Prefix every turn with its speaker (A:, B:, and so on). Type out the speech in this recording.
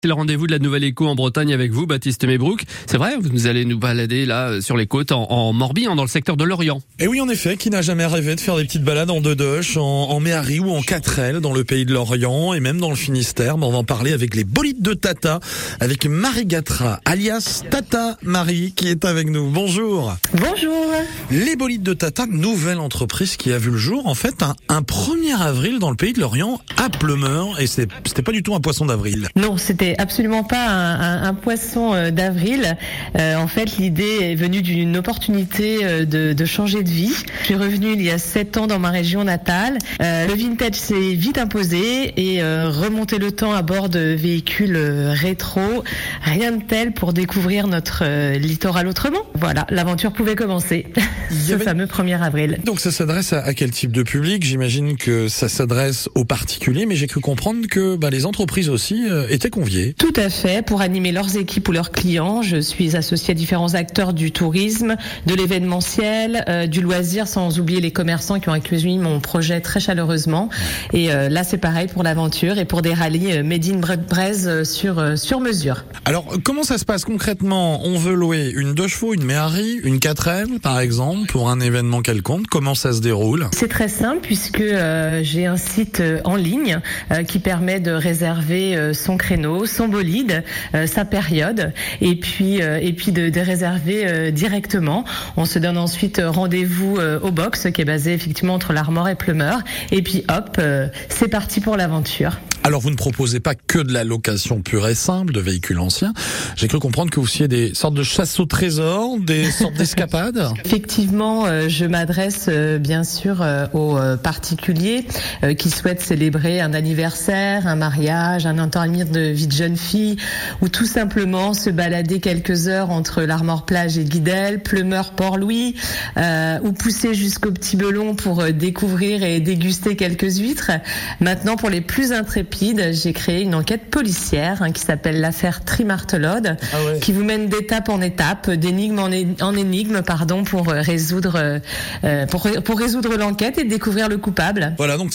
A: C'est le rendez-vous de la Nouvelle Écho en Bretagne avec vous, Baptiste Mébrouk. C'est vrai, vous allez nous balader là sur les côtes en Morbihan, dans le secteur de Lorient.
B: Et oui, en effet, qui n'a jamais rêvé de faire des petites balades en Dodoche, en Méhari ou en 4L dans le pays de Lorient et même dans le Finistère. On va en parler avec les bolides de Tata, avec Marie Gatra, alias Tata Marie, qui est avec nous. Bonjour.
C: Bonjour.
B: Les bolides de Tata, nouvelle entreprise qui a vu le jour, en fait, un 1er avril dans le pays de Lorient, à Pleumeur, et c'était pas du tout un poisson d'avril.
C: Non, c'était absolument pas un poisson d'avril. En fait, l'idée est venue d'une opportunité de changer de vie. Je suis revenue il y a 7 ans dans ma région natale. Le vintage s'est vite imposé et remonter le temps à bord de véhicules rétro, rien de tel pour découvrir notre littoral autrement. Voilà, l'aventure pouvait commencer. Ce fameux 1er avril.
B: Donc ça s'adresse à quel type de public ? J'imagine que ça s'adresse aux particuliers, mais j'ai cru comprendre que les entreprises aussi étaient conviées.
C: Tout à fait. Pour animer leurs équipes ou leurs clients, je suis associée à différents acteurs du tourisme, de l'événementiel, du loisir, sans oublier les commerçants qui ont accueilli mon projet très chaleureusement. Et là, c'est pareil pour l'aventure et pour des rallyes Made in Braise sur mesure.
B: Alors, comment ça se passe concrètement ? On veut louer une 2 chevaux, une Méhari, une 4L, par exemple, pour un événement quelconque. Comment ça se déroule ?
C: C'est très simple puisque j'ai un site en ligne qui permet de réserver son créneau, son bolide, sa période, et puis de réserver directement. On se donne ensuite rendez-vous au box qui est basé effectivement entre l'Armor et Pleumeur, et puis hop, c'est parti pour l'aventure.
B: Alors, vous ne proposez pas que de la location pure et simple de véhicules anciens. J'ai cru comprendre que vous faisiez des sortes de chasse au trésor, des sortes d'escapades.
C: Effectivement, je m'adresse bien sûr aux particuliers qui souhaitent célébrer un anniversaire, un mariage, un intermire de vie de jeune fille, ou tout simplement se balader quelques heures entre l'Armor Plage et Guidel, Pleumeur, Port-Louis, ou pousser jusqu'au Petit Belon pour découvrir et déguster quelques huîtres. Maintenant, pour les plus intrépides, j'ai créé une enquête policière qui s'appelle l'affaire Trimartelode, qui vous mène d'étape en étape, d'énigme en énigme, pour résoudre l'enquête et découvrir le coupable.
B: Voilà, donc